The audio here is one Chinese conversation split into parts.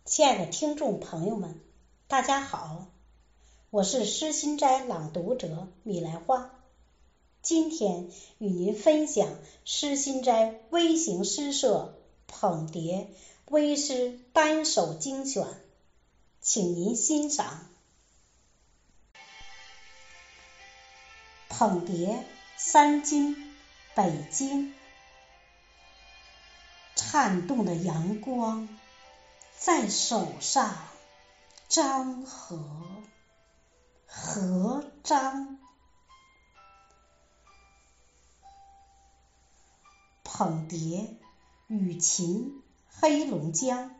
亲爱的听众朋友们，大家好，我是诗心斋朗读者米兰花。今天与您分享诗心斋微型诗社捧蝶微诗单首精选，请您欣赏。捧蝶三金，北京。颤动的阳光在手上张合张，捧蝶雨禽黑龙江，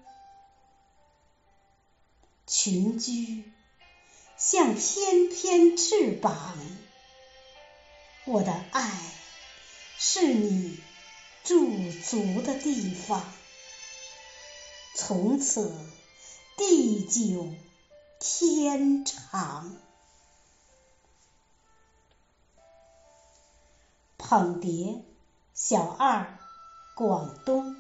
群居像翩翩翅膀，我的爱是你驻足的地方，从此地久天长。捧蝶小二，广东。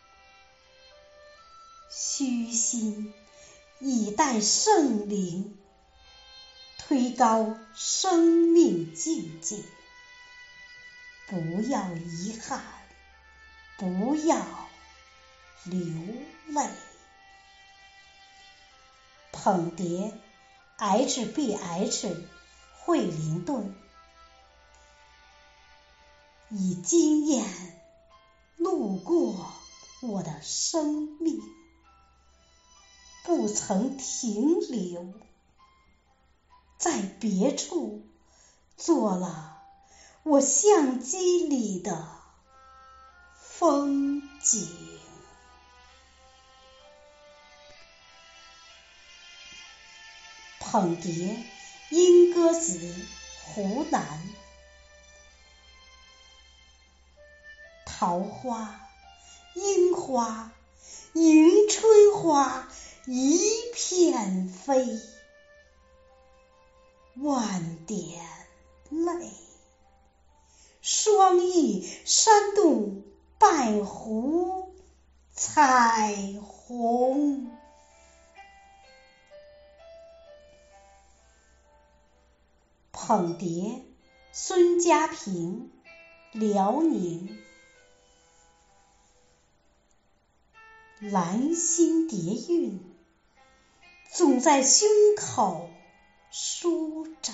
虚心以待圣灵，推高生命境界，不要遗憾，不要流泪。捧蝶 HBH 惠灵顿。以经验路过我的生命，不曾停留，在别处做了我相机里的风景。捧蝶莺歌子，湖南。桃花、樱花、迎春花一片飞，万点泪，双翼扇动半湖彩虹。捧蝶孙家平，辽宁。兰心蝶韵总在胸口舒展，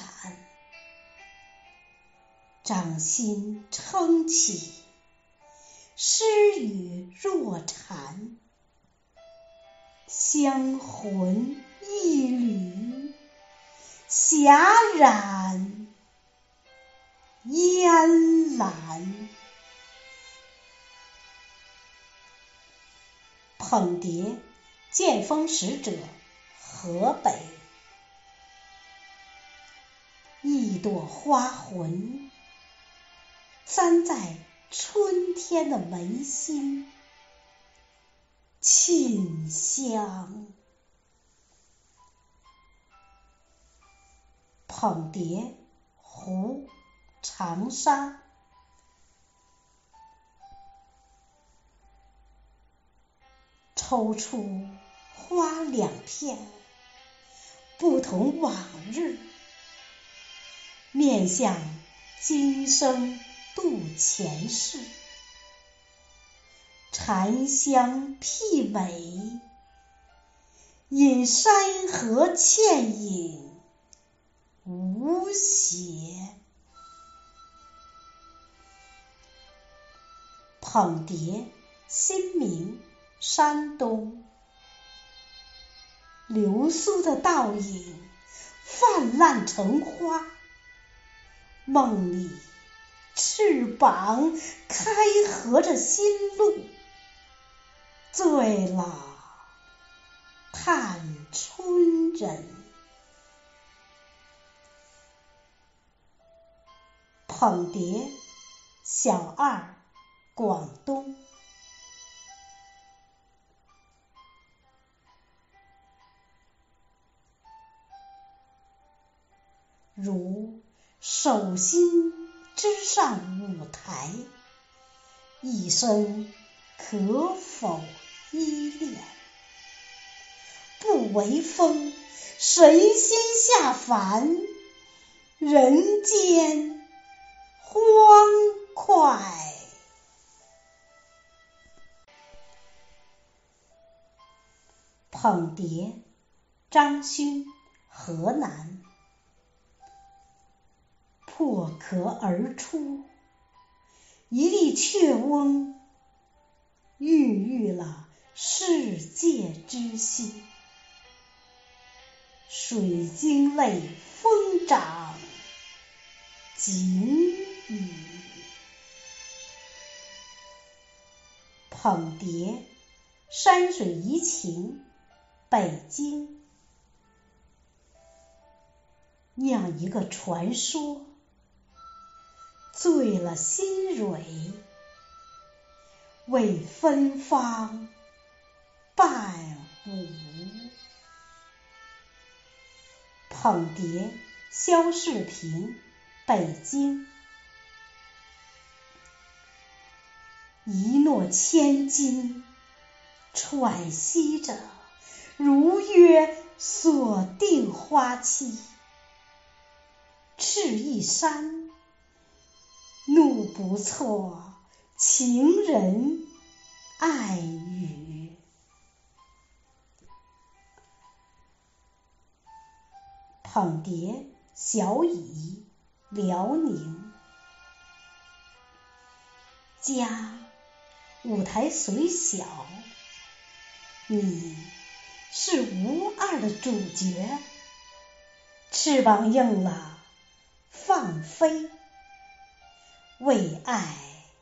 掌心撑起，诗语若蝉，香魂一缕，霞染烟蓝。捧蝶剑锋使者，河北。一朵花魂簪在春天的眉心，沁香。捧蝶湖，长沙。抽出花两片，不同往日，面向今生度前世，禅香媲美，引山河倩影无邪。捧蝶新明，山东。流苏的倒影泛滥成花，梦里翅膀开合着心路，醉了探春人。捧蝶小二，广东。如手心之上舞台，一生可否依恋？ 为风，神仙下凡，人间欢快。捧蝶，张勋，河南。破壳而出，一粒雀翁，孕育了世界之心。水晶泪疯长景宇。捧蝶，山水怡情，北京。酿一个传说，醉了新蕊，为芬芳伴舞。捧蝶，萧世平，北京。一诺千金，喘息着，如约锁定花期。赤翼山，怒不错，情人爱语。捧蝶，小乙，辽宁。家舞台虽小，你是无二的主角。翅膀硬了，放飞，为爱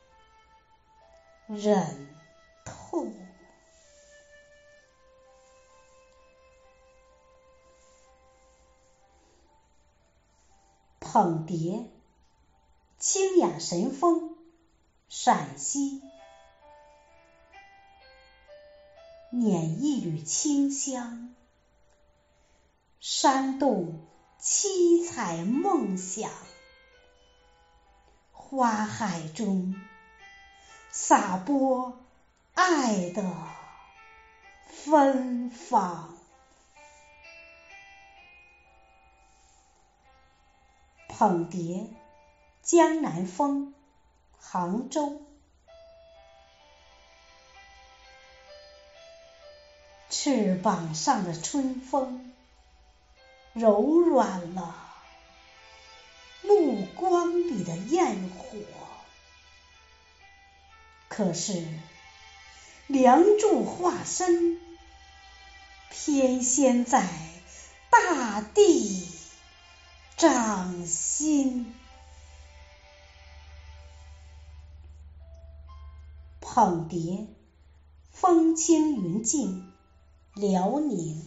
忍痛。捧蝶，清雅神风，陕西。捻一缕清香，煽动七彩梦想。花海中洒播爱的芬芳。捧蝶，江南风，杭州。翅膀上的春风，柔软了目光里的焰火。可是梁祝化身，偏先在大地掌心。捧蝶，风轻云静，辽宁。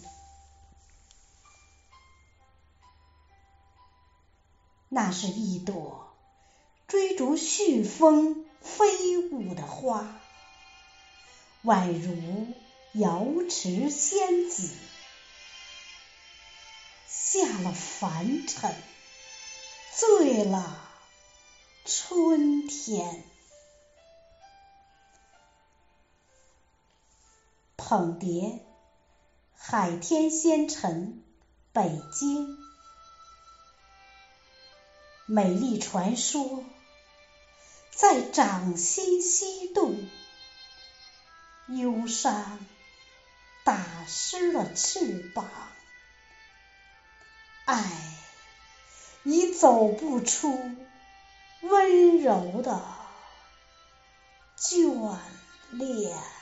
那是一朵追逐煦风飞舞的花，宛如瑶池仙子，下了凡尘，醉了春天。捧蝶，海天仙尘，北京。美丽传说在掌心翕动，忧伤打湿了翅膀。爱已走不出温柔的眷恋。